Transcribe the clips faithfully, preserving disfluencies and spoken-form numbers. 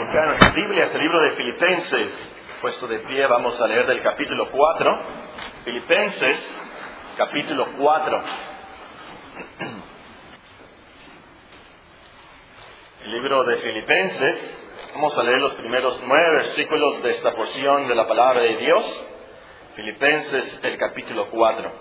buscar en nuestras Biblias el libro de Filipenses. Puesto de pie, vamos a leer del capítulo cuatro. Filipenses, capítulo cuatro. El libro de Filipenses, vamos a leer los primeros nueve versículos de esta porción de la palabra de Dios. Filipenses, el capítulo cuatro.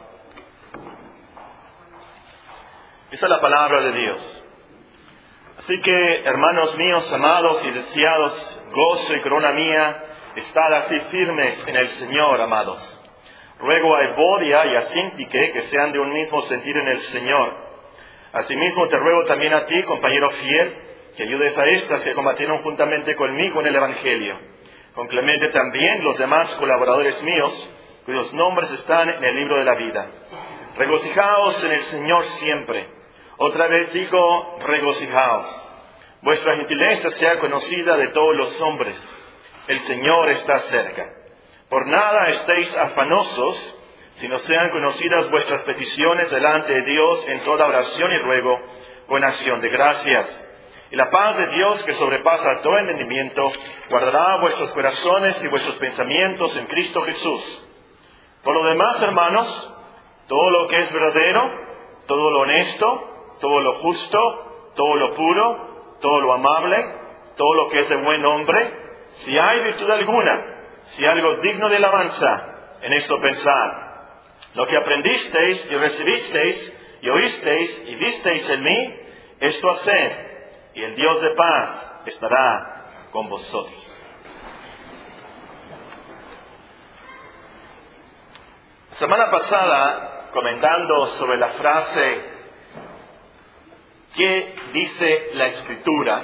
Esa es la palabra de Dios. Así que, hermanos míos, amados y deseados, gozo y corona mía, estad así firmes en el Señor, amados. Ruego a Evodia y a Síntique que sean de un mismo sentir en el Señor. Asimismo te ruego también a ti, compañero fiel, que ayudes a estas que combatieron juntamente conmigo en el Evangelio. Con Clemente también los demás colaboradores míos, cuyos nombres están en el libro de la vida. Regocijaos en el Señor siempre. Otra vez digo, regocijaos. Vuestra gentileza sea conocida de todos los hombres. El Señor está cerca. Por nada estéis afanosos, sino sean conocidas vuestras peticiones delante de Dios en toda oración y ruego, con acción de gracias. Y la paz de Dios, que sobrepasa todo entendimiento, guardará vuestros corazones y vuestros pensamientos en Cristo Jesús. Por lo demás, hermanos, todo lo que es verdadero, todo lo honesto, todo lo justo, todo lo puro, todo lo amable, todo lo que es de buen nombre, si hay virtud alguna, si algo digno de alabanza, en esto pensad. Lo que aprendisteis y recibisteis y oísteis y visteis en mí, esto haced, y el Dios de paz estará con vosotros. La semana pasada, comentando sobre la frase ¿qué dice la Escritura?,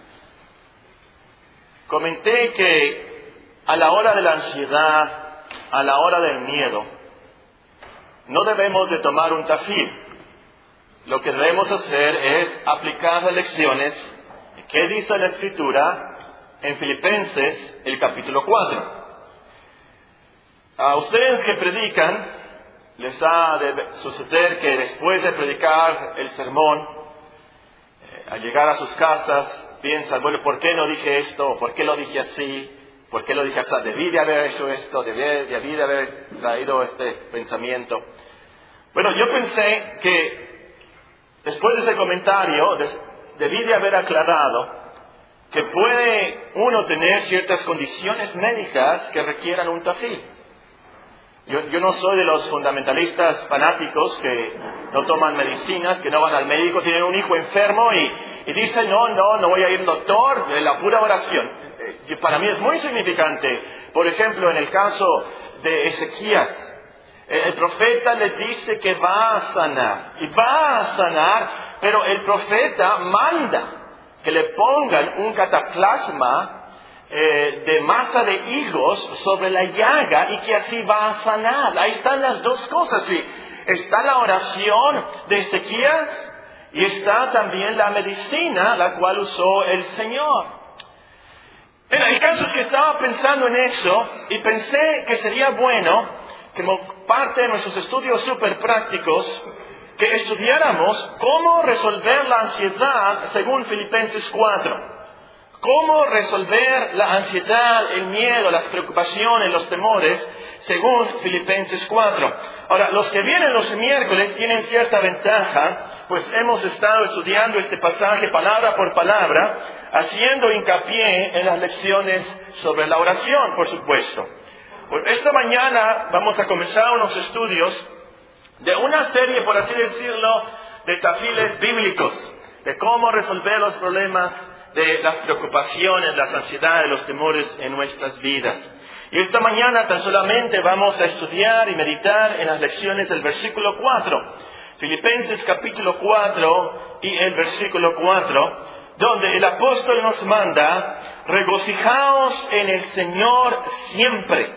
comenté que a la hora de la ansiedad, a la hora del miedo, no debemos de tomar un tafil. Lo que debemos hacer es aplicar las lecciones que dice la Escritura en Filipenses, el capítulo cuatro. A ustedes que predican, les ha de suceder que después de predicar el sermón, eh, al llegar a sus casas, piensan, bueno, ¿por qué no dije esto? ¿Por qué lo dije así? ¿Por qué lo dije así? Debí de haber hecho esto, debí, debí de haber traído este pensamiento. Bueno, yo pensé que después de ese comentario, des, debí de haber aclarado que puede uno tener ciertas condiciones médicas que requieran un tafil. Yo, yo no soy de los fundamentalistas fanáticos que no toman medicinas, que no van al médico, tienen un hijo enfermo y, y dicen, no, no, no voy a ir al doctor, de la pura oración. Eh, para mí es muy significante. Por ejemplo, en el caso de Ezequías, eh, el profeta le dice que va a sanar, y va a sanar, pero el profeta manda que le pongan un cataplasma Eh, de masa de higos sobre la llaga y que así va a sanar. Ahí están las dos cosas. Sí. Está la oración de Ezequías y está también la medicina la cual usó el Señor. Bueno, el caso es que estaba pensando en eso y pensé que sería bueno, como parte de nuestros estudios súper prácticos, que estudiáramos cómo resolver la ansiedad según Filipenses cuatro. ¿Cómo resolver la ansiedad, el miedo, las preocupaciones, los temores, según Filipenses cuatro? Ahora, los que vienen los miércoles tienen cierta ventaja, pues hemos estado estudiando este pasaje palabra por palabra, haciendo hincapié en las lecciones sobre la oración, por supuesto. Esta mañana vamos a comenzar unos estudios de una serie, por así decirlo, de tafiles bíblicos, de cómo resolver los problemas de las preocupaciones, las ansiedades, los temores en nuestras vidas. Y esta mañana tan solamente vamos a estudiar y meditar en las lecciones del versículo cuatro. Filipenses capítulo cuatro y el versículo cuatro, donde el apóstol nos manda, regocijaos en el Señor siempre.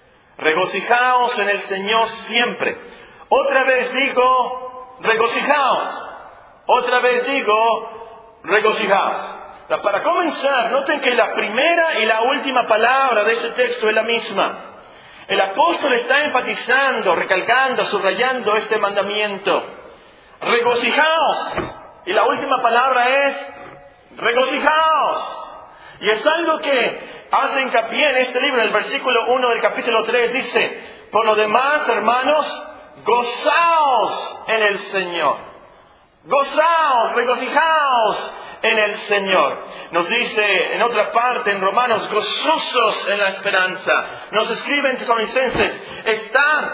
Regocijaos en el Señor siempre. Otra vez digo, regocijaos. Otra vez digo, regocijaos. Para comenzar, noten que la primera y la última palabra de este texto es la misma. El apóstol está enfatizando, recalcando, subrayando este mandamiento. Regocijaos. Y la última palabra es regocijaos. Y es algo que hace hincapié en este libro, en el versículo uno del capítulo tres, dice: por lo demás, hermanos, gozaos en el Señor. Gozaos, regocijaos en el Señor. Nos dice en otra parte, en Romanos, gozosos en la esperanza. Nos escribe en Tesalonicenses, estad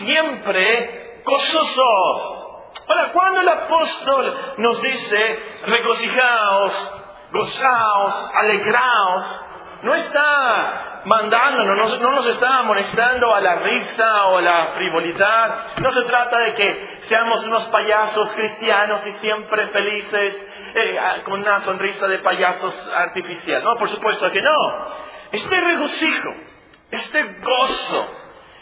siempre gozosos. Ahora, cuando el apóstol nos dice regocijaos, gozaos, alegraos, no está mandándonos, no nos está amonestando a la risa o a la frivolidad. No se trata de que seamos unos payasos cristianos y siempre felices, eh, con una sonrisa de payasos artificial. No, por supuesto que no. Este regocijo, este gozo,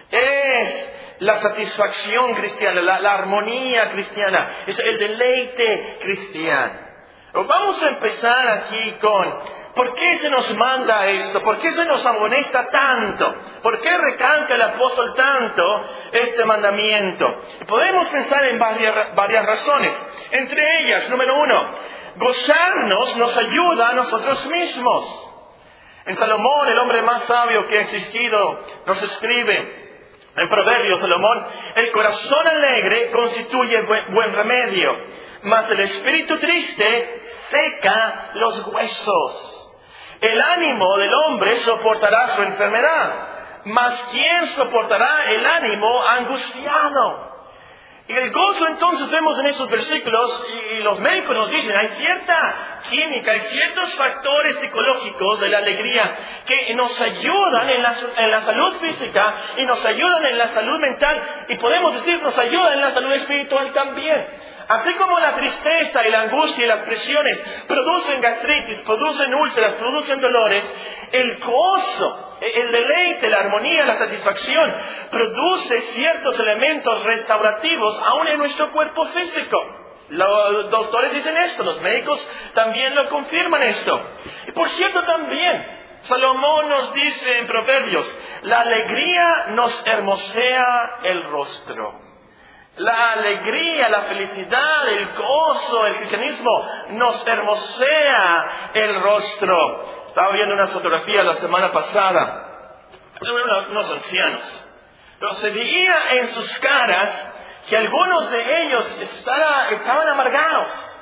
es la satisfacción cristiana, la, la armonía cristiana, es el deleite cristiano. Vamos a empezar aquí con: ¿por qué se nos manda esto? ¿Por qué se nos amonesta tanto? ¿Por qué recalca el apóstol tanto este mandamiento? Podemos pensar en varias, varias razones. Entre ellas, número uno, gozarnos nos ayuda a nosotros mismos. En Salomón, el hombre más sabio que ha existido, nos escribe en Proverbios, Salomón: el corazón alegre constituye buen, buen remedio, mas el espíritu triste seca los huesos. El ánimo del hombre soportará su enfermedad, mas ¿quién soportará el ánimo angustiado? Y el gozo, entonces, vemos en esos versículos, y los médicos nos dicen, hay cierta química, hay ciertos factores psicológicos de la alegría que nos ayudan en la, en la salud física y nos ayudan en la salud mental, y podemos decir nos ayudan en la salud espiritual también. Así como la tristeza y la angustia y las presiones producen gastritis, producen úlceras, producen dolores, el gozo, el deleite, la armonía, la satisfacción produce ciertos elementos restaurativos aún en nuestro cuerpo físico. Los doctores dicen esto, los médicos también lo confirman esto. Y por cierto también, Salomón nos dice en Proverbios: la alegría nos hermosea el rostro. La alegría, la felicidad, el gozo, el cristianismo nos hermosea el rostro. Estaba viendo unas fotografías la semana pasada de unos ancianos, pero se veía en sus caras que algunos de ellos estaba, estaban amargados.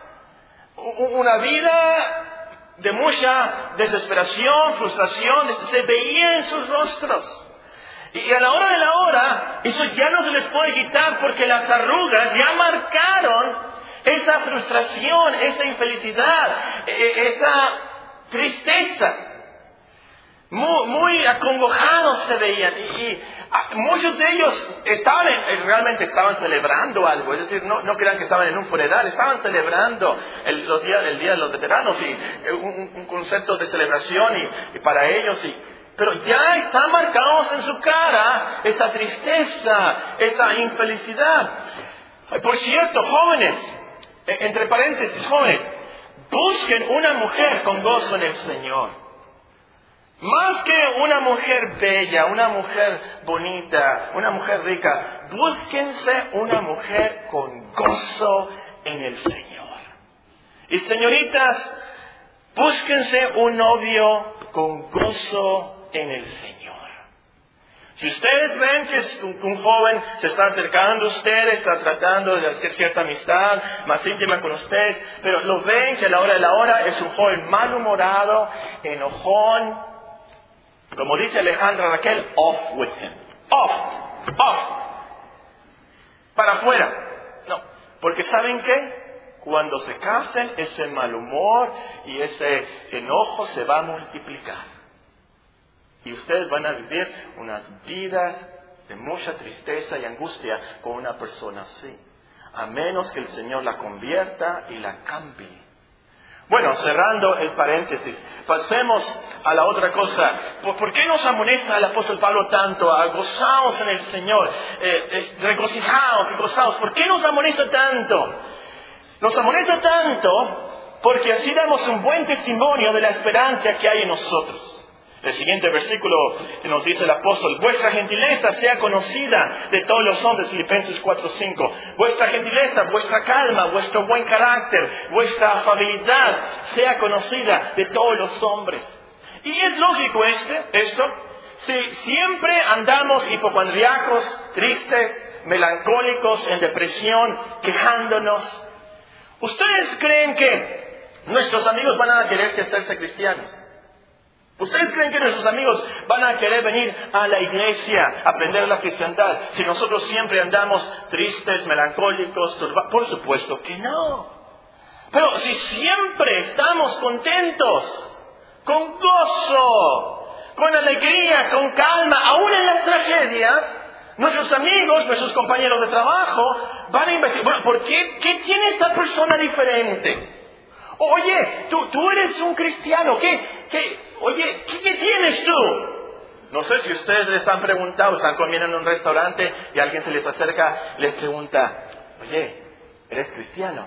Una vida de mucha desesperación, frustración, se veía en sus rostros. Y a la hora de la hora, eso ya no se les puede quitar, porque las arrugas ya marcaron esa frustración, esa infelicidad, esa tristeza. Muy, muy acongojados se veían. Y, y muchos de ellos estaban en, realmente estaban celebrando algo. Es decir, no, no crean que estaban en un funeral, estaban celebrando el, los días, el Día de los Veteranos, y un, un concepto de celebración y, y para ellos. Y, pero ya están marcados en su cara esa tristeza, esa infelicidad. Por cierto, jóvenes, entre paréntesis, jóvenes, busquen una mujer con gozo en el Señor. Más que una mujer bella, una mujer bonita, una mujer rica, búsquense una mujer con gozo en el Señor. Y señoritas, búsquense un novio con gozo en el Señor. Si ustedes ven que un, un joven se está acercando a ustedes, está tratando de hacer cierta amistad más íntima con ustedes, pero lo ven que a la hora de la hora es un joven malhumorado, enojón, como dice Alejandra Raquel, off with him. Off, off. Para afuera. No, porque ¿saben qué? Cuando se casen, ese mal humor y ese enojo se va a multiplicar. Y ustedes van a vivir unas vidas de mucha tristeza y angustia con una persona así. A menos que el Señor la convierta y la cambie. Bueno, cerrando el paréntesis, pasemos a la otra cosa. ¿Por, ¿por qué nos amonesta el apóstol Pablo tanto a gozaos en el Señor? Eh, eh, regocijaos y gozaos. ¿Por qué nos amonesta tanto? Nos amonesta tanto porque así damos un buen testimonio de la esperanza que hay en nosotros. El siguiente versículo nos dice el apóstol: vuestra gentileza sea conocida de todos los hombres, Filipenses cuatro cinco. Vuestra gentileza, vuestra calma, vuestro buen carácter, vuestra afabilidad sea conocida de todos los hombres. Y es lógico este, esto. Si siempre andamos hipocondriacos, tristes, melancólicos, en depresión, quejándonos, ¿ustedes creen que nuestros amigos van a querer hacerse cristianos? ¿Ustedes creen que nuestros amigos van a querer venir a la iglesia a aprender la cristiandad si nosotros siempre andamos tristes, melancólicos, turbados? Por supuesto que no. Pero si siempre estamos contentos, con gozo, con alegría, con calma, aún en las tragedias, nuestros amigos, nuestros compañeros de trabajo van a investigar, bueno, ¿por qué? ¿Qué tiene esta persona diferente? Oye, tú, tú eres un cristiano, ¿qué? ¿Qué? Oye, ¿qué, ¿qué tienes tú? No sé si ustedes les han preguntado, están comiendo en un restaurante y alguien se les acerca, les pregunta, oye, ¿eres cristiano?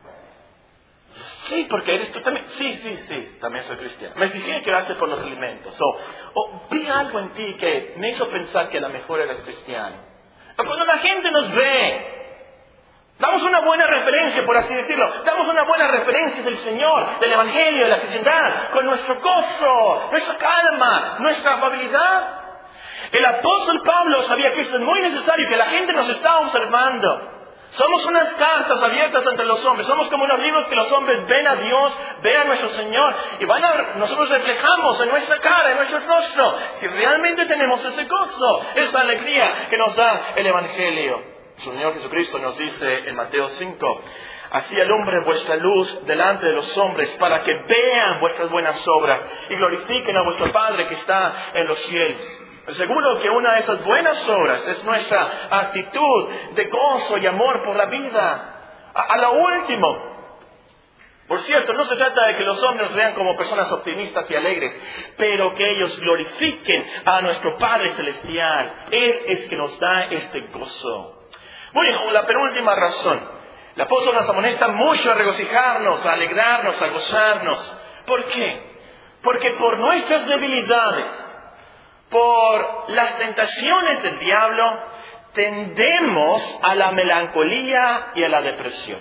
Sí, porque eres tú también. Sí, sí, sí, también soy cristiano. Me fijé que oraste por los alimentos. O, o vi algo en ti que me hizo pensar que a lo mejor eres cristiano. Pero cuando la gente nos ve, damos una buena referencia, por así decirlo. Damos una buena referencia del Señor, del Evangelio, de la cristiandad, con nuestro gozo, nuestra calma, nuestra afabilidad. El apóstol Pablo sabía que esto es muy necesario, que la gente nos está observando. Somos unas cartas abiertas ante los hombres. Somos como unos libros que los hombres ven a Dios, ven a nuestro Señor. Y van a, nosotros reflejamos en nuestra cara, en nuestro rostro, si realmente tenemos ese gozo, esa alegría que nos da el Evangelio. El Señor Jesucristo nos dice en Mateo cinco, así alumbre vuestra luz delante de los hombres, para que vean vuestras buenas obras y glorifiquen a vuestro Padre que está en los cielos. Seguro que una de esas buenas obras es nuestra actitud de gozo y amor por la vida. A, a lo último, por cierto, no se trata de que los hombres nos vean como personas optimistas y alegres, pero que ellos glorifiquen a nuestro Padre Celestial. Él es que nos da este gozo. Bueno, la penúltima razón. El apóstol nos amonesta mucho a regocijarnos, a alegrarnos, a gozarnos. ¿Por qué? Porque por nuestras debilidades, por las tentaciones del diablo, tendemos a la melancolía y a la depresión.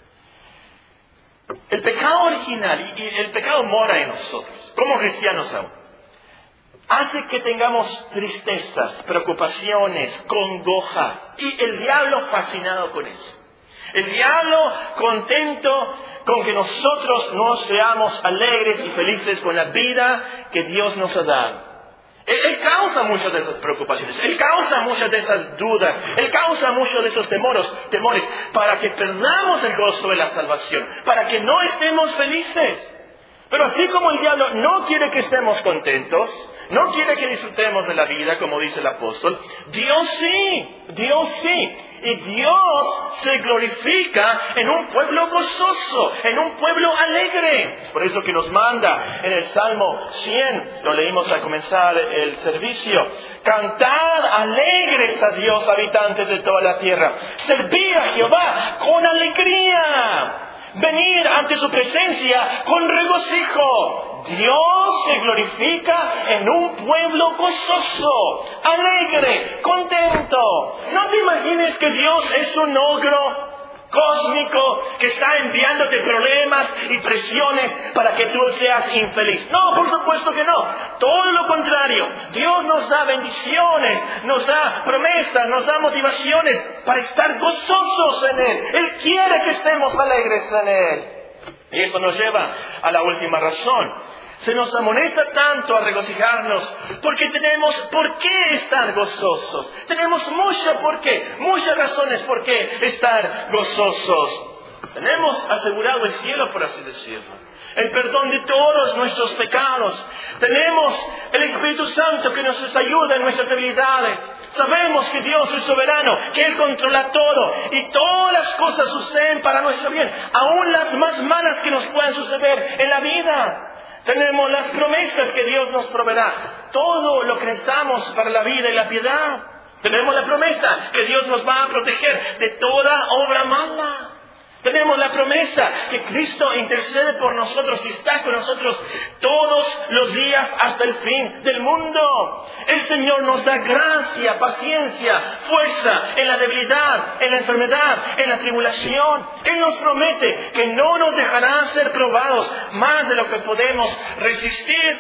El pecado original y el pecado mora en nosotros, como cristianos aún, hace que tengamos tristezas, preocupaciones, congojas, y el diablo fascinado con eso. El diablo contento con que nosotros no seamos alegres y felices con la vida que Dios nos ha dado. Él, él causa muchas de esas preocupaciones, Él causa muchas de esas dudas, Él causa muchos de esos temores, temores para que perdamos el gozo de la salvación, para que no estemos felices. Pero así como el diablo no quiere que estemos contentos, no quiere que disfrutemos de la vida, como dice el apóstol, Dios sí, Dios sí. Y Dios se glorifica en un pueblo gozoso, en un pueblo alegre. Es por eso que nos manda en el Salmo cien, lo leímos al comenzar el servicio, cantad alegres a Dios, habitantes de toda la tierra. Servid a Jehová con alegría. Venir ante su presencia con regocijo. Dios se glorifica en un pueblo gozoso, alegre, contento. No te imagines que Dios es un ogro cósmico que está enviándote problemas y presiones para que tú seas infeliz. No, por supuesto que no. Todo lo contrario. Dios nos da bendiciones, nos da promesas, nos da motivaciones para estar gozosos en Él. Él quiere que estemos alegres en Él. Y eso nos lleva a la última razón. Se nos amonesta tanto a regocijarnos porque tenemos por qué estar gozosos. Tenemos mucho por qué, muchas razones por qué estar gozosos. Tenemos asegurado el cielo, por así decirlo, el perdón de todos nuestros pecados. Tenemos el Espíritu Santo que nos ayuda en nuestras debilidades. Sabemos que Dios es soberano, que Él controla todo y todas las cosas suceden para nuestro bien, aún las más malas que nos puedan suceder en la vida. Tenemos las promesas que Dios nos proveerá. Todo lo que necesitamos para la vida y la piedad. Tenemos la promesa que Dios nos va a proteger de toda obra mala. Tenemos la promesa que Cristo intercede por nosotros y está con nosotros todos los días hasta el fin del mundo. El Señor nos da gracia, paciencia, fuerza en la debilidad, en la enfermedad, en la tribulación. Él nos promete que no nos dejará ser probados más de lo que podemos resistir.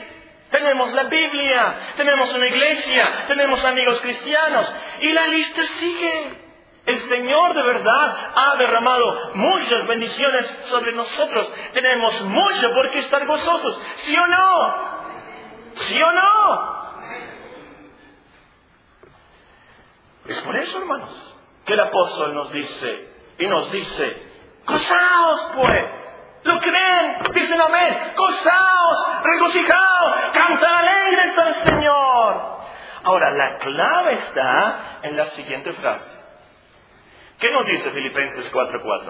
Tenemos la Biblia, tenemos una iglesia, tenemos amigos cristianos y la lista sigue. El Señor de verdad ha derramado muchas bendiciones sobre nosotros. Tenemos mucho por qué estar gozosos. ¿Sí o no? ¿Sí o no? Es por eso, hermanos, que el apóstol nos dice y nos dice, gozaos pues. ¿Lo creen? Dicen amén. Gozaos, regocijaos, cantad alegres al Señor. Ahora, la clave está en la siguiente frase. ¿Qué nos dice Filipenses cuatro cuatro?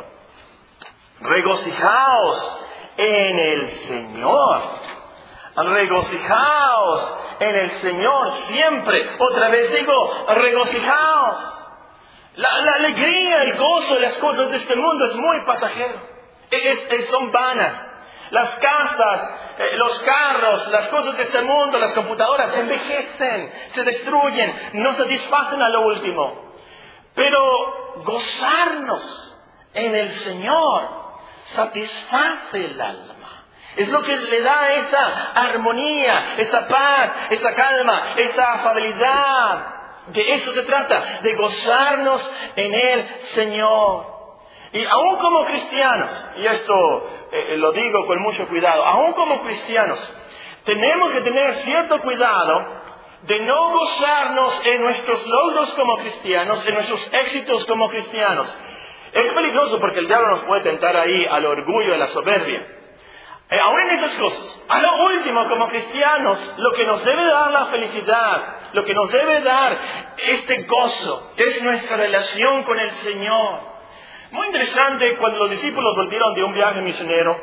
Regocijaos en el Señor. Regocijaos en el Señor siempre. Otra vez digo, regocijaos. La, la alegría, el gozo de las cosas de este mundo es muy pasajero. Es, es, son vanas. Las casas, eh, los carros, las cosas de este mundo, las computadoras envejecen, se destruyen, no satisfacen a lo último. Pero gozarnos en el Señor satisface el alma. Es lo que le da esa armonía, esa paz, esa calma, esa afabilidad. De eso se trata, de gozarnos en el Señor. Y aún como cristianos, y esto eh, lo digo con mucho cuidado, aún como cristianos, tenemos que tener cierto cuidado de no gozarnos en nuestros logros como cristianos, en nuestros éxitos como cristianos. Es peligroso porque el diablo nos puede tentar ahí al orgullo y a la soberbia. Eh, aún en esas cosas, a lo último como cristianos, lo que nos debe dar la felicidad, lo que nos debe dar este gozo, es nuestra relación con el Señor. Muy interesante, cuando los discípulos volvieron de un viaje misionero,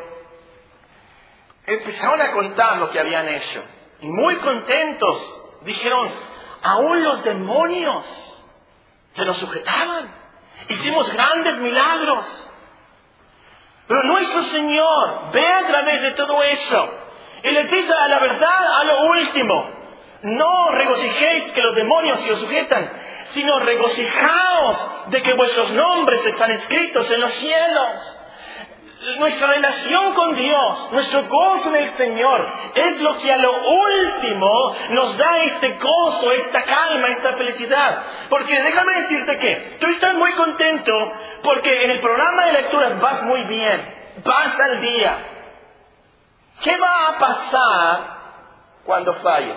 empezaron a contar lo que habían hecho. Y muy contentos, dijeron, aún los demonios se nos sujetaban. Hicimos grandes milagros. Pero nuestro Señor ve a través de todo eso y les dice a la verdad a lo último, no regocijéis que los demonios se os sujetan, sino regocijaos de que vuestros nombres están escritos en los cielos. Nuestra relación con Dios, nuestro gozo en el Señor, es lo que a lo último nos da este gozo, esta calma, esta felicidad. Porque déjame decirte que tú estás muy contento porque en el programa de lecturas vas muy bien, vas al día. ¿Qué va a pasar cuando falles?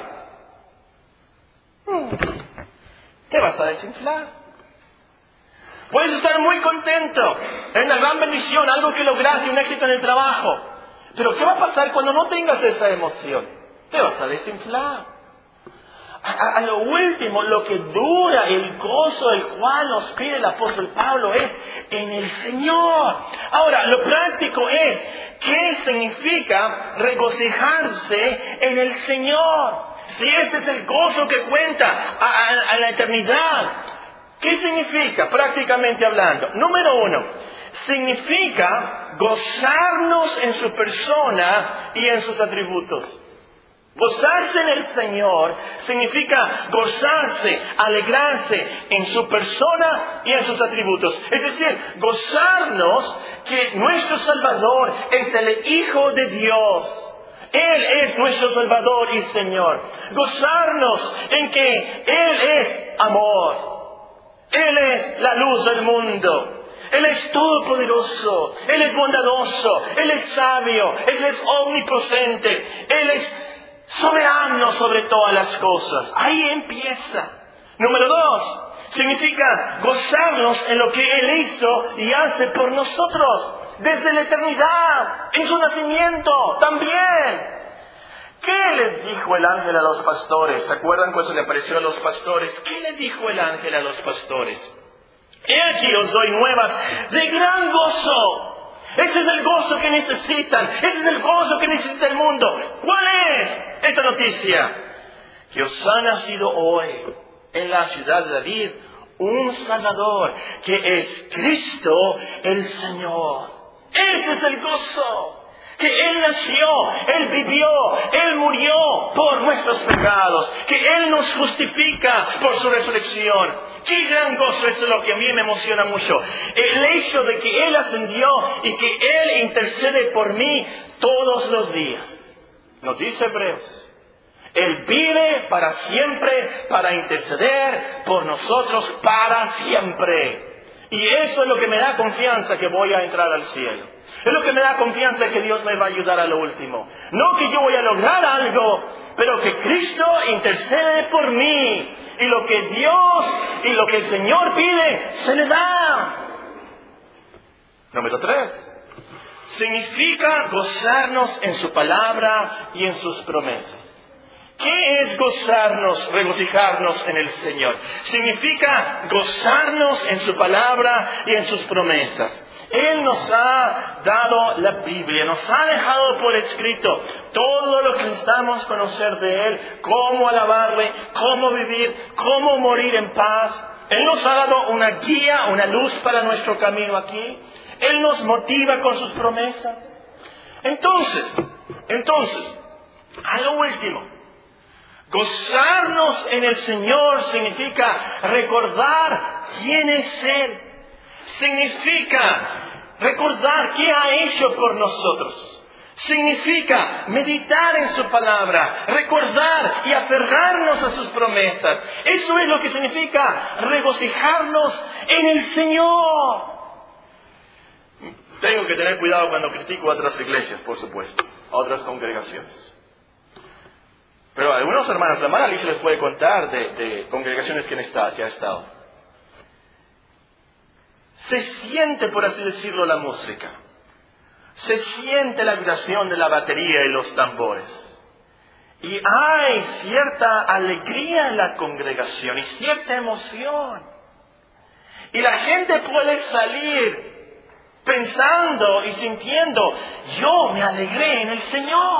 Te vas a desinflar. Puedes estar muy contento, es una gran bendición, algo que lograste, un éxito en el trabajo. Pero ¿qué va a pasar cuando no tengas esa emoción? Te vas a desinflar. A, a, a lo último, lo que dura el gozo del cual nos pide el apóstol Pablo es en el Señor. Ahora, lo práctico es, ¿qué significa regocijarse en el Señor? Si este es el gozo que cuenta a, a, a la eternidad. ¿Qué significa, prácticamente hablando? Número uno, significa gozarnos en su persona y en sus atributos. Gozarse en el Señor significa gozarse, alegrarse en su persona y en sus atributos. Es decir, gozarnos que nuestro Salvador es el Hijo de Dios. Él es nuestro Salvador y Señor. Gozarnos en que Él es amor. Él es la luz del mundo. Él es todopoderoso. Él es bondadoso. Él es sabio. Él es omnipotente. Él es soberano sobre todas las cosas. Ahí empieza. Número dos, significa gozarnos en lo que Él hizo y hace por nosotros. Desde la eternidad, en su nacimiento también. ¿Qué les dijo el ángel a los pastores? ¿Se acuerdan cuando se le apareció a los pastores? ¿Qué les dijo el ángel a los pastores? He aquí os doy nuevas de gran gozo. Ese es el gozo que necesitan. Ese es el gozo que necesita el mundo. ¿Cuál es esta noticia? Que os ha nacido hoy en la ciudad de David un Salvador, que es Cristo el Señor. Ese es el gozo. Que Él nació, Él vivió, Él murió por nuestros pecados. Que Él nos justifica por su resurrección. ¡Qué gran gozo! Eso es lo que a mí me emociona mucho. El hecho de que Él ascendió y que Él intercede por mí todos los días. Nos dice Hebreos Él vive para siempre, para interceder por nosotros para siempre. Y eso es lo que me da confianza que voy a entrar al cielo. Es lo que me da confianza que Dios me va a ayudar a lo último. No que yo voy a lograr algo, pero que Cristo intercede por mí. Y lo que Dios y lo que el Señor pide, se le da. Número tres. Significa gozarnos en su palabra y en sus promesas. ¿Qué es gozarnos, regocijarnos en el Señor? Significa gozarnos en su palabra y en sus promesas. Él nos ha dado la Biblia, nos ha dejado por escrito todo lo que necesitamos conocer de Él, cómo alabarle, cómo vivir, cómo morir en paz. Él nos ha dado una guía, una luz para nuestro camino aquí. Él nos motiva con sus promesas. Entonces, entonces, a lo último, gozarnos en el Señor significa recordar quién es Él. Significa recordar qué ha hecho por nosotros. Significa meditar en su palabra, recordar y aferrarnos a sus promesas. Eso es lo que significa regocijarnos en el Señor. Tengo que tener cuidado cuando critico a otras iglesias, por supuesto, a otras congregaciones. Pero a algunos hermanos, la hermana Alicia les puede contar de, de congregaciones que, han estado, que ha estado. Se siente, por así decirlo, la música. Se siente la vibración de la batería y los tambores. Y hay cierta alegría en la congregación y cierta emoción. Y la gente puede salir pensando y sintiendo, yo me alegré en el Señor.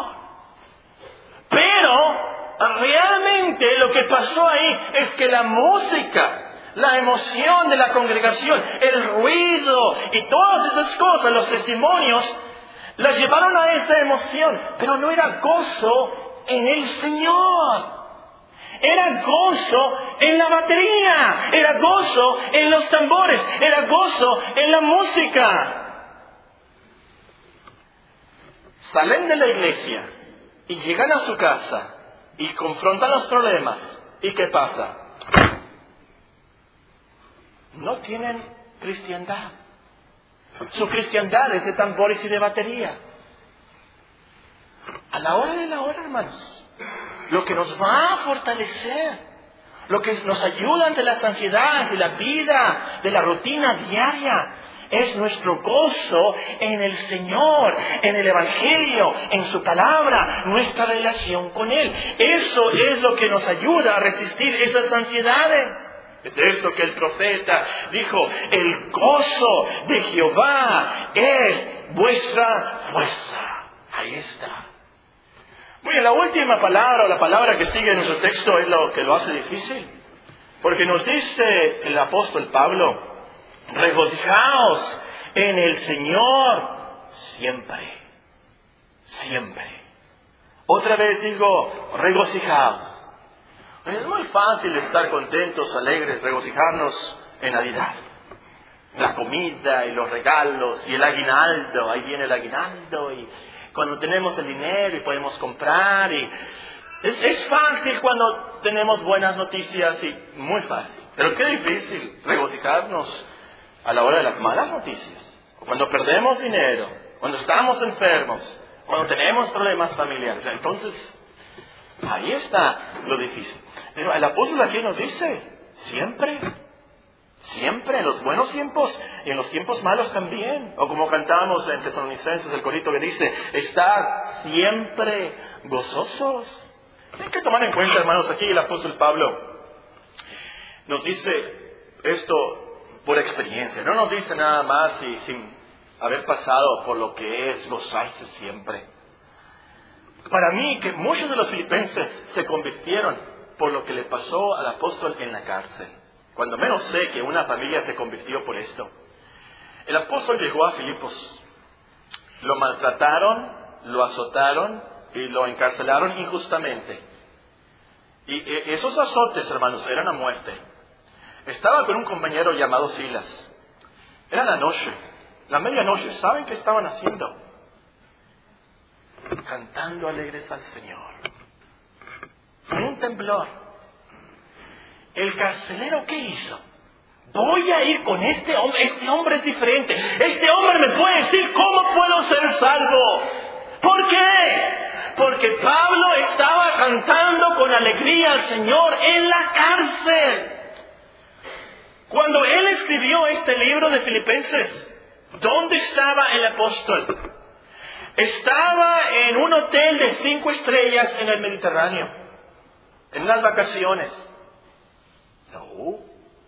Pero realmente lo que pasó ahí es que la música, la emoción de la congregación, el ruido y todas esas cosas, los testimonios, las llevaron a esa emoción. Pero no era gozo en el Señor. Era gozo en la batería. Era gozo en los tambores. Era gozo en la música. Salen de la iglesia y llegan a su casa y confrontan los problemas. ¿Y qué pasa? No tienen cristiandad. Su cristiandad es de tambores y de batería. A la hora de la hora, hermanos, lo que nos va a fortalecer, lo que nos ayuda ante la ansiedad de la vida, de la rutina diaria, es nuestro gozo en el Señor, en el Evangelio, en su palabra, nuestra relación con Él. Eso es lo que nos ayuda a resistir esas ansiedades. De esto que el profeta dijo, el gozo de Jehová es vuestra fuerza. Ahí está. Muy bien, la última palabra, o la palabra que sigue en nuestro texto es lo que lo hace difícil. Porque nos dice el apóstol Pablo, regocijaos en el Señor siempre. Siempre. Otra vez digo, regocijaos. Es muy fácil estar contentos, alegres, regocijarnos en Navidad. La comida y los regalos y el aguinaldo. Ahí viene el aguinaldo y cuando tenemos el dinero y podemos comprar. Y es, es fácil cuando tenemos buenas noticias y muy fácil. Pero qué difícil regocijarnos a la hora de las malas noticias. Cuando perdemos dinero, cuando estamos enfermos, cuando tenemos problemas familiares. Entonces, ahí está lo difícil. Pero el apóstol aquí nos dice, siempre, siempre, en los buenos tiempos y en los tiempos malos también. O como cantamos en Tesalonicenses, el corito que dice, estar siempre gozosos. Hay que tomar en cuenta, hermanos, aquí el apóstol Pablo nos dice esto por experiencia. No nos dice nada más y sin haber pasado por lo que es gozarse siempre. Para mí, que muchos de los filipenses se convirtieron por lo que le pasó al apóstol en la cárcel. Cuando menos sé que una familia se convirtió por esto. El apóstol llegó a Filipos. Lo maltrataron, lo azotaron y lo encarcelaron injustamente. Y esos azotes, hermanos, eran a muerte. Estaba con un compañero llamado Silas. Era la noche, la medianoche. ¿Saben qué estaban haciendo? Cantando alegres al Señor. temblor. ¿El carcelero qué hizo? Voy a ir con este hombre. Este hombre es diferente. Este hombre me puede decir cómo puedo ser salvo. ¿Por qué? Porque Pablo estaba cantando con alegría al Señor en la cárcel. Cuando él escribió este libro de Filipenses, ¿dónde estaba el apóstol? Estaba en un hotel de cinco estrellas en el Mediterráneo, en las vacaciones. No.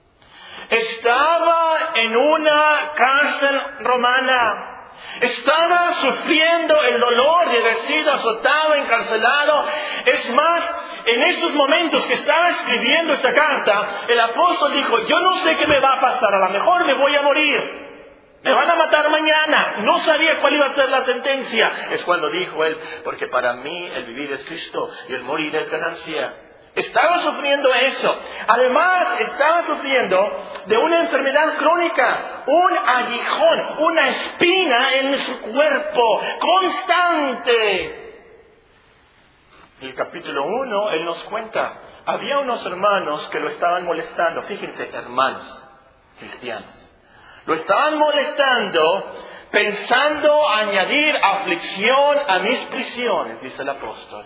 Estaba en una cárcel romana. Estaba sufriendo el dolor de haber sido azotado, encarcelado. Es más, en esos momentos que estaba escribiendo esta carta, el apóstol dijo, yo no sé qué me va a pasar, a lo mejor me voy a morir. Me van a matar mañana. No sabía cuál iba a ser la sentencia. Es cuando dijo él, porque para mí el vivir es Cristo y el morir es ganancia. Estaba sufriendo eso. Además, estaba sufriendo de una enfermedad crónica, un aguijón, una espina en su cuerpo, constante. En el capítulo uno, él nos cuenta, había unos hermanos que lo estaban molestando. Fíjense, hermanos cristianos. Lo estaban molestando pensando añadir aflicción a mis prisiones, dice el apóstol.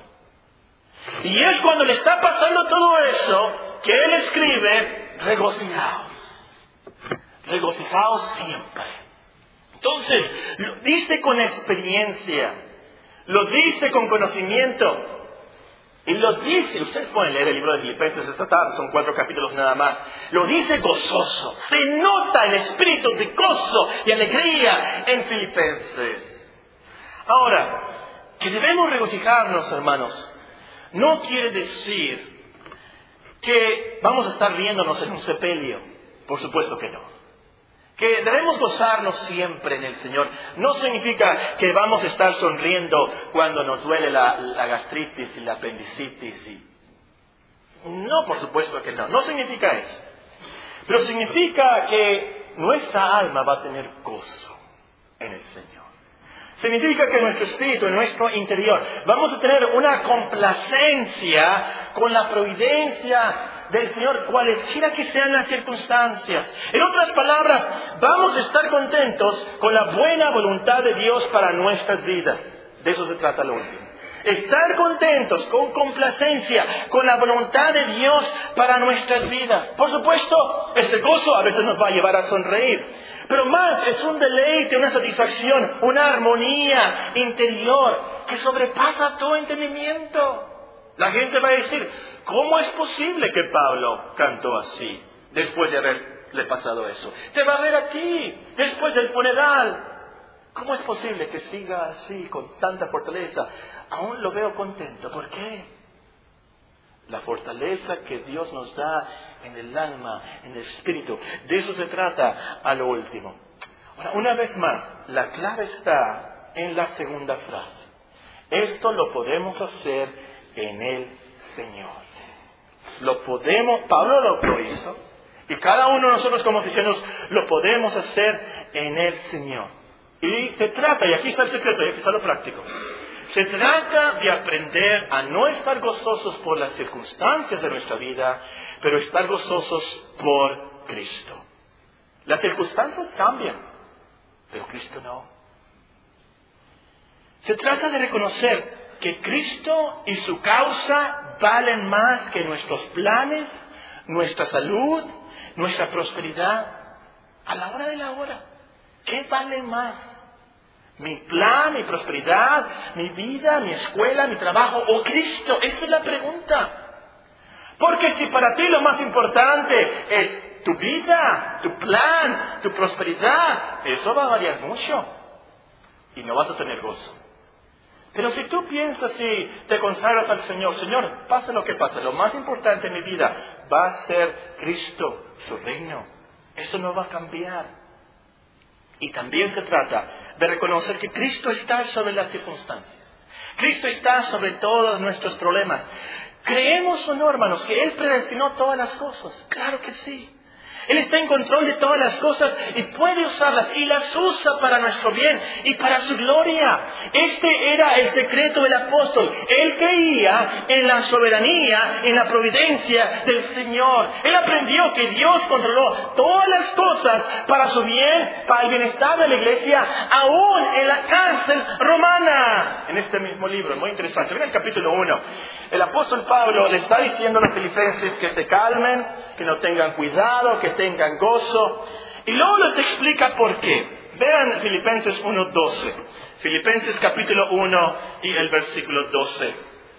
Y es cuando le está pasando todo eso que él escribe, regocijaos. Regocijaos siempre. Entonces, lo dice con experiencia. Lo dice con conocimiento. Y lo dice, ustedes pueden leer el libro de Filipenses esta tarde, son cuatro capítulos nada más. Lo dice gozoso. Se nota el espíritu de gozo y alegría en Filipenses. Ahora, que debemos regocijarnos, hermanos, no quiere decir que vamos a estar riéndonos en un sepelio. Por supuesto que no. Que debemos gozarnos siempre en el Señor. No significa que vamos a estar sonriendo cuando nos duele la, la gastritis y la apendicitis. Y... No, por supuesto que no. No significa eso. Pero significa que nuestra alma va a tener gozo en el Señor. Significa que nuestro espíritu, en nuestro interior, vamos a tener una complacencia con la providencia del Señor, cualesquiera que sean las circunstancias. En otras palabras, vamos a estar contentos con la buena voluntad de Dios para nuestras vidas. De eso se trata lo último. Estar contentos, con complacencia, con la voluntad de Dios para nuestras vidas. Por supuesto, ese gozo a veces nos va a llevar a sonreír. Pero más, es un deleite, una satisfacción, una armonía interior que sobrepasa todo entendimiento. La gente va a decir, ¿cómo es posible que Pablo cantó así después de haberle pasado eso? Te va a ver a ti después del funeral. ¿Cómo es posible que siga así con tanta fortaleza? Aún lo veo contento. ¿Por qué? La fortaleza que Dios nos da en el alma, en el espíritu. De eso se trata a lo último. Ahora, una vez más, la clave está en la segunda frase. Esto lo podemos hacer en el Señor. Lo podemos, Pablo lo, lo hizo. Y cada uno de nosotros como cristianos lo podemos hacer en el Señor. Y se trata, y aquí está el secreto, y aquí está lo práctico. Se trata de aprender a no estar gozosos por las circunstancias de nuestra vida, pero estar gozosos por Cristo. Las circunstancias cambian, pero Cristo no. Se trata de reconocer que Cristo y su causa valen más que nuestros planes, nuestra salud, nuestra prosperidad. A la hora de la hora, ¿qué vale más? ¿Mi plan, mi prosperidad, mi vida, mi escuela, mi trabajo o Cristo? Esa es la pregunta. Porque si para ti lo más importante es tu vida, tu plan, tu prosperidad, eso va a variar mucho y no vas a tener gozo. Pero si tú piensas y te consagras al Señor, Señor, pase lo que pase, lo más importante en mi vida va a ser Cristo, su reino. Eso no va a cambiar. Y también se trata de reconocer que Cristo está sobre las circunstancias. Cristo está sobre todos nuestros problemas. ¿Creemos o no, hermanos, que Él predestinó todas las cosas? Claro que sí. Él está en control de todas las cosas y puede usarlas y las usa para nuestro bien y para su gloria. Este era el secreto del apóstol. Él creía en la soberanía, en la providencia del Señor. Él aprendió que Dios controló todas las cosas para su bien, para el bienestar de la iglesia, aún en la cárcel romana. En este mismo libro, muy interesante. Mira el capítulo uno. El apóstol Pablo le está diciendo a los filipenses que se calmen, que no tengan cuidado, que tengan gozo. Y luego les explica por qué. Vean Filipenses uno doce. Filipenses capítulo uno y el versículo doce.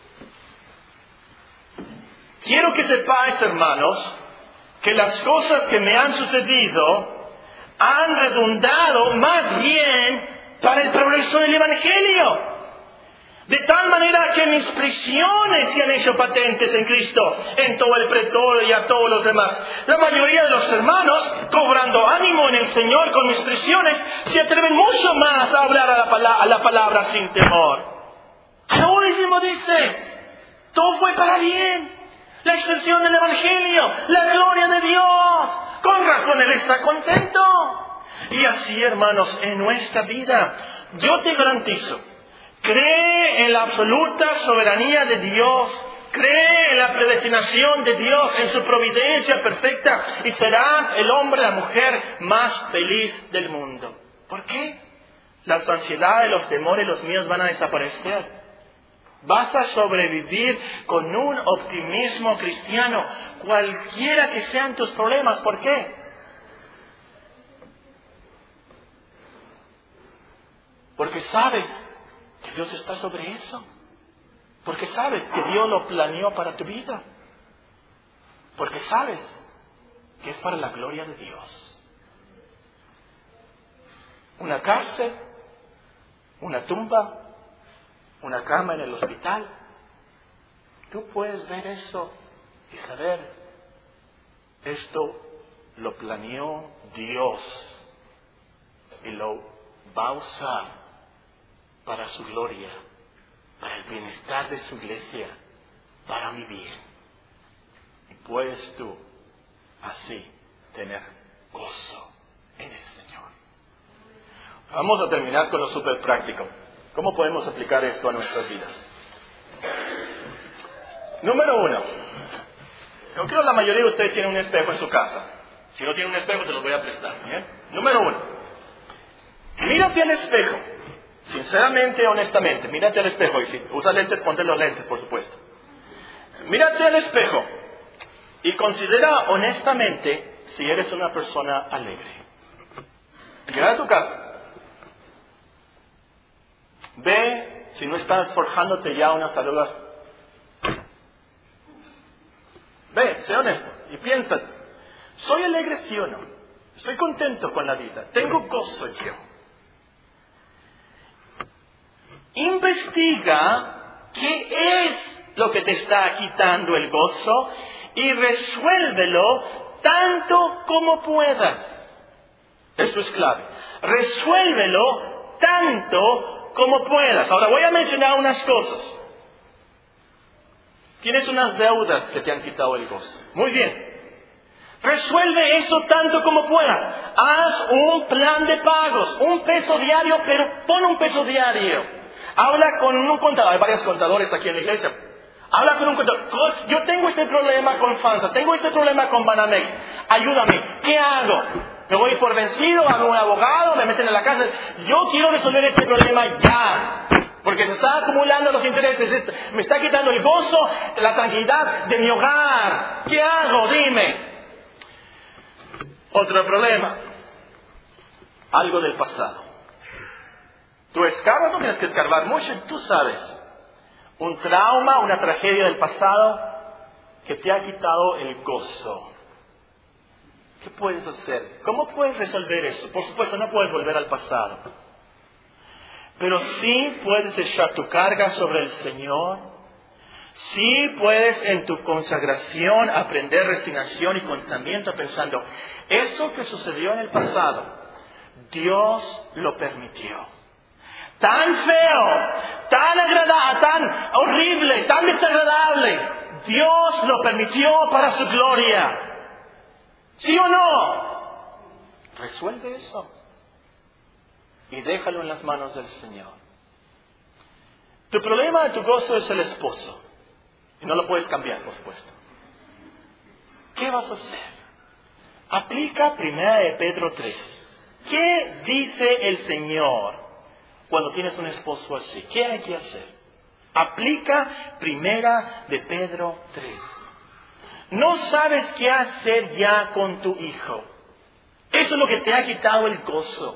Quiero que sepáis, hermanos, que las cosas que me han sucedido han redundado más bien para el progreso del Evangelio. De tal manera que mis prisiones se han hecho patentes en Cristo, en todo el pretorio y a todos los demás. La mayoría de los hermanos, cobrando ánimo en el Señor con mis prisiones, se atreven mucho más a hablar a la, pala- a la palabra sin temor. Al último dice, todo fue para bien. La extensión del Evangelio, la gloria de Dios. Con razón Él está contento. Y así, hermanos, en nuestra vida, yo te garantizo, cree en la absoluta soberanía de Dios. Cree en la predestinación de Dios, en su providencia perfecta. Y será el hombre, la mujer más feliz del mundo. ¿Por qué? Las ansiedades, los temores, los miedos van a desaparecer. Vas a sobrevivir con un optimismo cristiano, cualquiera que sean tus problemas. ¿Por qué? Porque sabes que Dios está sobre eso. Porque sabes que Dios lo planeó para tu vida. Porque sabes que es para la gloria de Dios. Una cárcel, una tumba, una cama en el hospital. Tú puedes ver eso y saber, esto lo planeó Dios y lo va a usar para su gloria, para el bienestar de su iglesia, para mi bien. Y puedes tú así tener gozo en el Señor. Vamos a terminar con lo súper práctico. ¿Cómo podemos aplicar esto a nuestras vidas? Número uno. Yo creo que la mayoría de ustedes tienen un espejo en su casa. Si no tienen un espejo, se los voy a prestar. ¿Bien? Número uno. Mírate al espejo. Sinceramente, honestamente, mírate al espejo. Y si usas lentes, ponte los lentes, por supuesto. Mírate al espejo y considera honestamente si eres una persona alegre. Llega a tu casa. Ve si no estás forjándote ya unas arrugas. Ve, sé honesto y piensa, ¿soy alegre sí o no? ¿Estoy contento con la vida? ¿Tengo gozo yo? Investiga qué es lo que te está quitando el gozo y resuélvelo tanto como puedas. Esto es clave. Resuélvelo tanto como puedas. Ahora voy a mencionar unas cosas. Tienes unas deudas que te han quitado el gozo. Muy bien. Resuelve eso tanto como puedas. Haz un plan de pagos, un peso diario, pero pon un peso diario. Habla con un contador. Hay varios contadores aquí en la iglesia. Habla con un contador. Yo tengo este problema con FANSA, tengo este problema con Banamex. Ayúdame. ¿Qué hago? ¿Me voy por vencido? ¿Hago un abogado? ¿Me meten en la cárcel? Yo quiero resolver este problema ya. Porque se está acumulando los intereses. Me está quitando el gozo, la tranquilidad de mi hogar. ¿Qué hago? Dime. Otro problema. Algo del pasado. Tú escarbas, no tienes que escarbar mucho, tú sabes. Un trauma, una tragedia del pasado que te ha quitado el gozo. ¿Qué puedes hacer? ¿Cómo puedes resolver eso? Por supuesto, no puedes volver al pasado. Pero sí puedes echar tu carga sobre el Señor. Sí puedes en tu consagración aprender resignación y contentamiento pensando, eso que sucedió en el pasado, Dios lo permitió. Tan feo, tan agradable, tan horrible, tan desagradable. Dios lo permitió para su gloria. ¿Sí o no? Resuelve eso. Y déjalo en las manos del Señor. Tu problema, tu gozo es el esposo. Y no lo puedes cambiar, por supuesto. ¿Qué vas a hacer? Aplica primera de Pedro tres. ¿Qué dice el Señor cuando tienes un esposo así? ¿Qué hay que hacer? Aplica primera de Pedro tres. No sabes qué hacer ya con tu hijo. Eso es lo que te ha quitado el gozo.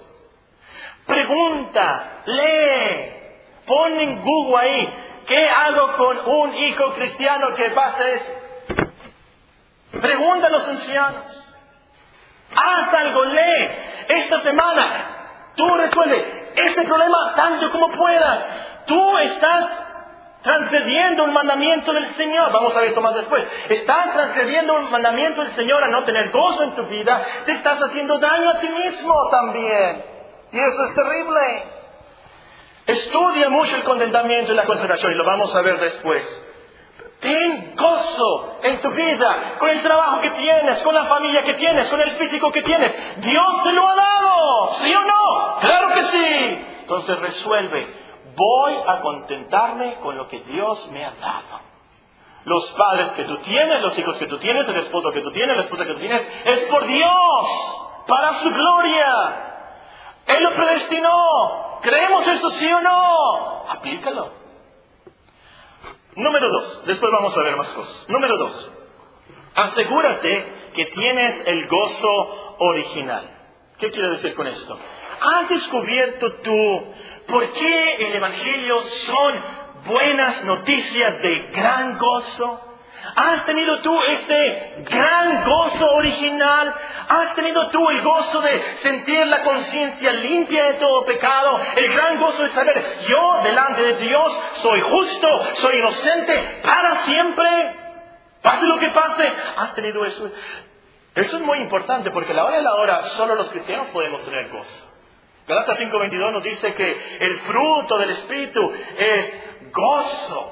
Pregunta, lee, pon en Google ahí, ¿qué hago con un hijo cristiano que pasa eso? Pregunta a los ancianos. Haz algo, lee. Esta semana, tú resuelve este problema tanto como puedas. Tú estás transgrediendo un mandamiento del Señor. Vamos a ver esto más después. Estás transgrediendo un mandamiento del Señor a no tener gozo en tu vida. Te estás haciendo daño a ti mismo también. Y eso es terrible. Estudia mucho el contentamiento y la consagración. Y lo vamos a ver después. Ten gozo en tu vida, con el trabajo que tienes, con la familia que tienes, con el físico que tienes. Dios te lo ha dado. ¿Sí o no? Claro que sí. Entonces resuelve. Voy a contentarme con lo que Dios me ha dado. Los padres que tú tienes, los hijos que tú tienes, el esposo que tú tienes, la esposa que tú tienes, es por Dios, para su gloria. Él lo predestinó. ¿Creemos esto, sí o no? Aplícalo. Número dos. Después vamos a ver más cosas. Número dos. Asegúrate que tienes el gozo original. ¿Qué quiere decir con esto? ¿Has descubierto tú por qué el Evangelio son buenas noticias de gran gozo? ¿Has tenido tú ese gran gozo original? ¿Has tenido tú el gozo de sentir la conciencia limpia de todo pecado? El gran gozo de saber, yo delante de Dios soy justo, soy inocente para siempre. Pase lo que pase. ¿Has tenido eso? Eso es muy importante porque a la hora de la hora solo los cristianos podemos tener gozo. Gálatas cinco veintidós nos dice que el fruto del Espíritu es gozo.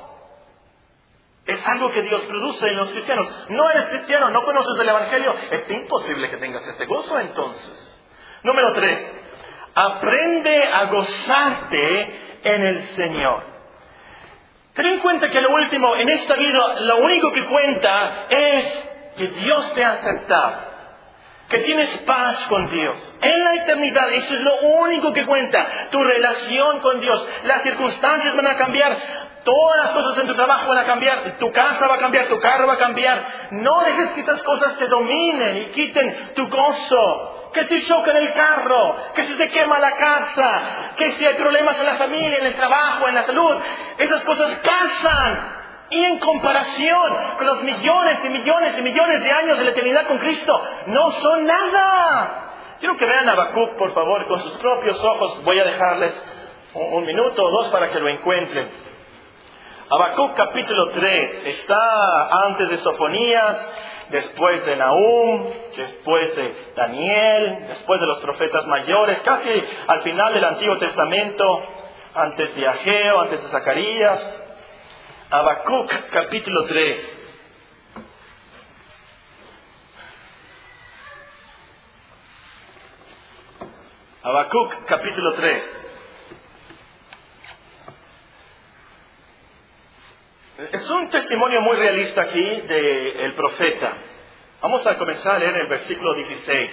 Es algo que Dios produce en los cristianos. No eres cristiano, no conoces el Evangelio. Es imposible que tengas este gozo entonces. Número tres. Aprende a gozarte en el Señor. Ten en cuenta que lo último, en esta vida, lo único que cuenta es que Dios te ha aceptado. Que tienes paz con Dios. En la eternidad, eso es lo único que cuenta. Tu relación con Dios. Las circunstancias van a cambiar. Todas las cosas en tu trabajo van a cambiar. Tu casa va a cambiar. Tu carro va a cambiar. No dejes que estas cosas te dominen y quiten tu gozo. Que si choca en el carro. Que si se quema la casa. Que si hay problemas en la familia, en el trabajo, en la salud. Esas cosas pasan. Y en comparación con los millones y millones y millones de años de la eternidad con Cristo, no son nada. Quiero que vean a Habacuc, por favor, con sus propios ojos. Voy a dejarles un minuto o dos para que lo encuentren. Habacuc capítulo tres. Está antes de Sofonías, después de Nahum, después de Daniel, después de los profetas mayores, casi al final del Antiguo Testamento, antes de Ageo, antes de Zacarías. Habacuc capítulo tres. Habacuc capítulo tres. Es un testimonio muy realista aquí del profeta. Vamos a comenzar a leer el versículo dieciséis.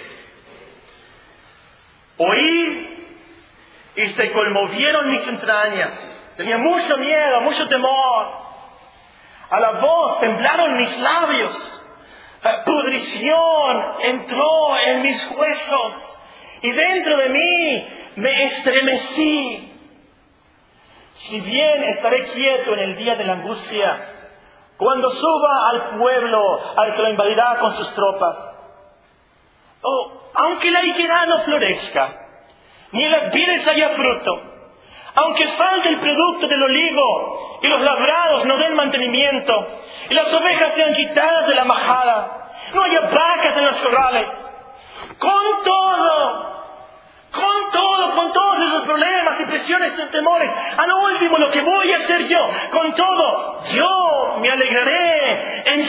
Oí y se conmovieron mis entrañas. Tenía mucho miedo, mucho temor. A la voz temblaron mis labios. Pudrición entró en mis huesos. Y dentro de mí me estremecí. Si bien estaré quieto en el día de la angustia, cuando suba al pueblo al que lo invadirá con sus tropas. Oh, aunque la higuera no florezca, ni en las vides haya fruto, aunque falte el producto del olivo y los labrados no den mantenimiento y las ovejas sean quitadas de la majada, no haya vacas en los corrales, con todo, con todo, con todos esos problemas y presiones y temores, a lo último lo que voy a hacer yo, con todo, yo me alegraré en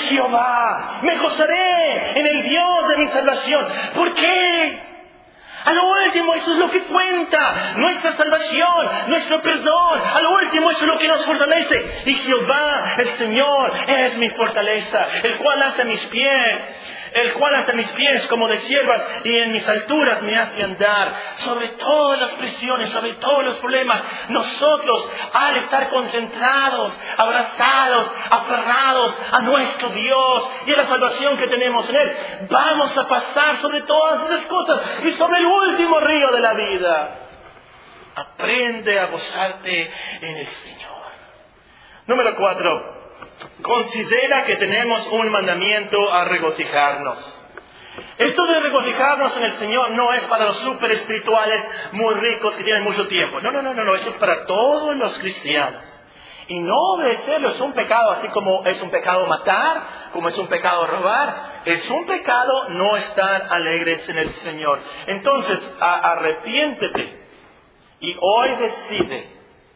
Jehová, me gozaré en el Dios de mi salvación. ¿Por qué? A lo último, eso es lo que cuenta. Nuestra salvación, nuestro perdón. A lo último, eso es lo que nos fortalece. Y Jehová, el Señor, es mi fortaleza, el cual hace mis pies, el cual hace mis pies como de siervas y en mis alturas me hace andar. Sobre todas las prisiones, sobre todos los problemas, nosotros, al estar concentrados, abrazados, aferrados a nuestro Dios y a la salvación que tenemos en Él, vamos a pasar sobre todas esas cosas y sobre el último río de la vida. Aprende a gozarte en el Señor. Número cuatro. Considera que tenemos un mandamiento a regocijarnos. Esto de regocijarnos en el Señor no es para los súper espirituales muy ricos que tienen mucho tiempo. No, no, no, no, no. Eso es para todos los cristianos. Y no obedecerlo es un pecado, así como es un pecado matar, como es un pecado robar. Es un pecado no estar alegres en el Señor. Entonces, a- arrepiéntete y hoy decide: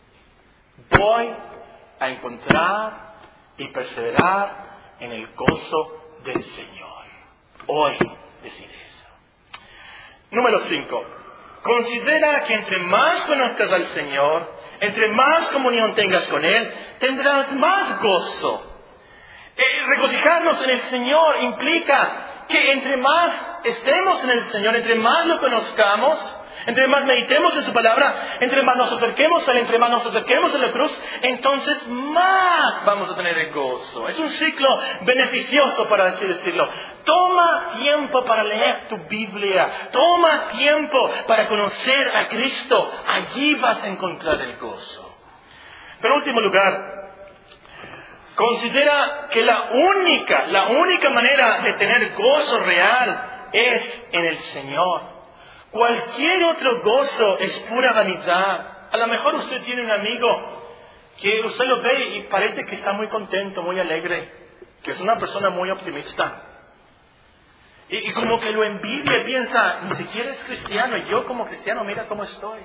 voy a encontrar y perseverar en el gozo del Señor. Hoy decide eso. Número cinco. Considera que entre más conozcas al Señor, entre más comunión tengas con Él, tendrás más gozo. Eh, regocijarnos en el Señor implica que entre más estemos en el Señor, entre más lo conozcamos, entre más meditemos en su palabra, entre más nos acerquemos a Él, entre más nos acerquemos a la cruz, entonces más vamos a tener el gozo. Es un ciclo beneficioso, para así decirlo. Toma tiempo para leer tu Biblia. Toma tiempo para conocer a Cristo. Allí vas a encontrar el gozo. Pero en último lugar, considera que la única, la única manera de tener gozo real es en el Señor. Cualquier otro gozo es pura vanidad. A lo mejor usted tiene un amigo que usted lo ve y parece que está muy contento, muy alegre, que es una persona muy optimista. Y, y como que lo envidia y piensa: ni siquiera es cristiano, y yo como cristiano mira cómo estoy.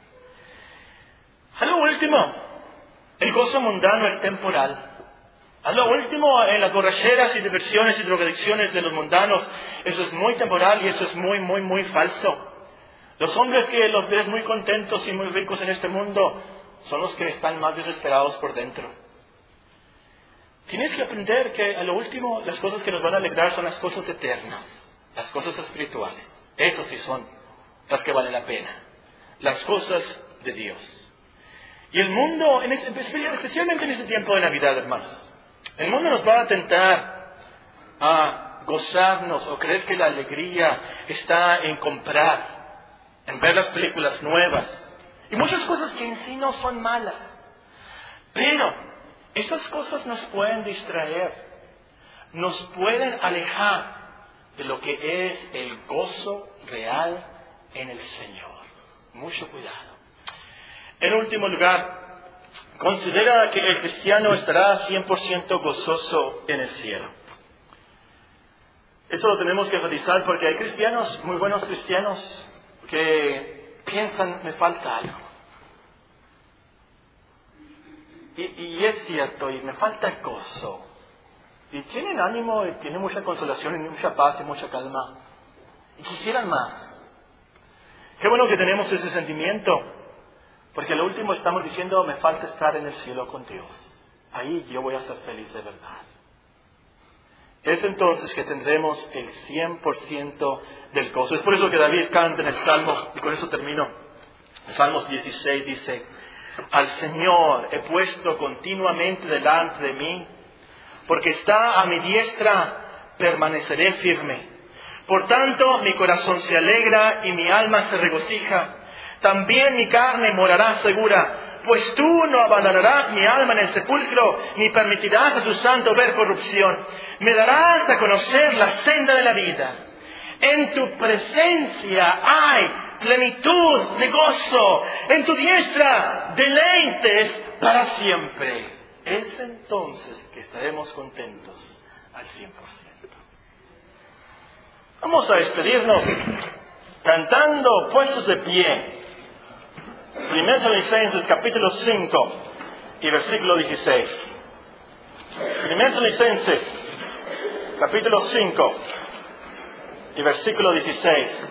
A lo último, el gozo mundano es temporal. A lo último, en las borracheras y diversiones y drogadicciones de los mundanos, eso es muy temporal y eso es muy, muy, muy falso. Los hombres que los ves muy contentos y muy ricos en este mundo son los que están más desesperados por dentro. Tienes que aprender que a lo último las cosas que nos van a alegrar son las cosas eternas, las cosas espirituales. Esas sí son las que valen la pena, las cosas de Dios. Y el mundo, en este, especialmente en este tiempo de Navidad, hermanos, el mundo nos va a tentar a gozarnos o creer que la alegría está en comprar, en ver las películas nuevas y muchas cosas que en sí no son malas. Pero esas cosas nos pueden distraer, nos pueden alejar de lo que es el gozo real en el Señor. Mucho cuidado. En último lugar, considera que el cristiano estará cien por ciento gozoso en el cielo. Eso lo tenemos que enfatizar porque hay cristianos, muy buenos cristianos, que piensan: me falta algo. Y, y es cierto, y me falta gozo. Y tienen ánimo, y tienen mucha consolación, y mucha paz, y mucha calma. Y quisieran más. Qué bueno que tenemos ese sentimiento, porque al último estamos diciendo: me falta estar en el cielo con Dios. Ahí yo voy a ser feliz de verdad. Es entonces que tendremos el cien por ciento del gozo. Es por eso que David canta en el Salmo, y con eso termino. El Salmos dieciséis dice: al Señor he puesto continuamente delante de mí, porque está a mi diestra, permaneceré firme. Por tanto, mi corazón se alegra y mi alma se regocija. También mi carne morará segura, pues tú no abandonarás mi alma en el sepulcro, ni permitirás a tu santo ver corrupción. Me darás a conocer la senda de la vida. En tu presencia hay plenitud de gozo. En tu diestra deleites para siempre. Es entonces que estaremos contentos al cien por ciento. Vamos a despedirnos cantando puestos de pie. Primera Tesalonicenses capítulo cinco y versículo dieciséis. Primera Tesalonicenses capítulo cinco y versículo dieciséis.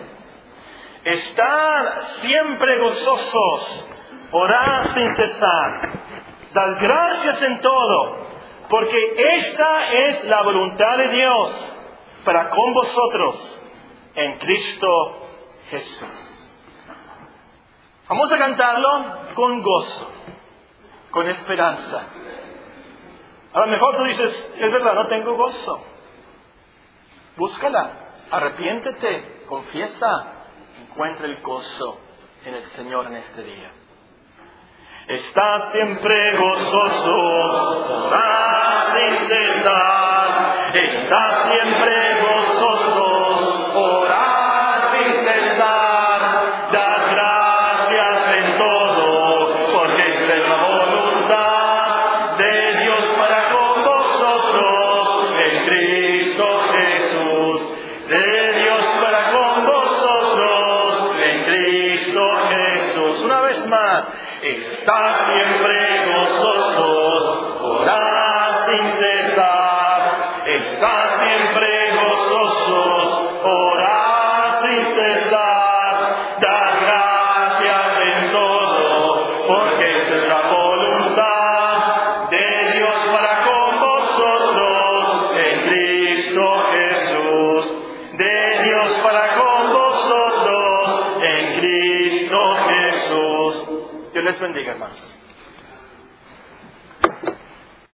Estad siempre gozosos, orad sin cesar, dad gracias en todo, porque esta es la voluntad de Dios para con vosotros en Cristo Jesús. Vamos a cantarlo con gozo, con esperanza. A lo mejor tú dices, es verdad, no tengo gozo. Búscala, arrepiéntete, confiesa, encuentra el gozo en el Señor en este día. Estad siempre gozosos, orad sin cesar. Estad siempre gozosos, orad sin cesar. Dad gracias en todo, porque esta es la voluntad de Dios para con vosotros en Cristo Jesús. De Dios para con vosotros en Cristo Jesús. Una vez más. Estad siempre gozosos, orad sin cesar. Estad siempre gozosos, orad sin cesar. Dad gracias en todo, porque esta es la voluntad de Dios para con vosotros en Cristo Jesús. De Dios para con vosotros en Cristo Jesús. Dios les bendiga, hermanos.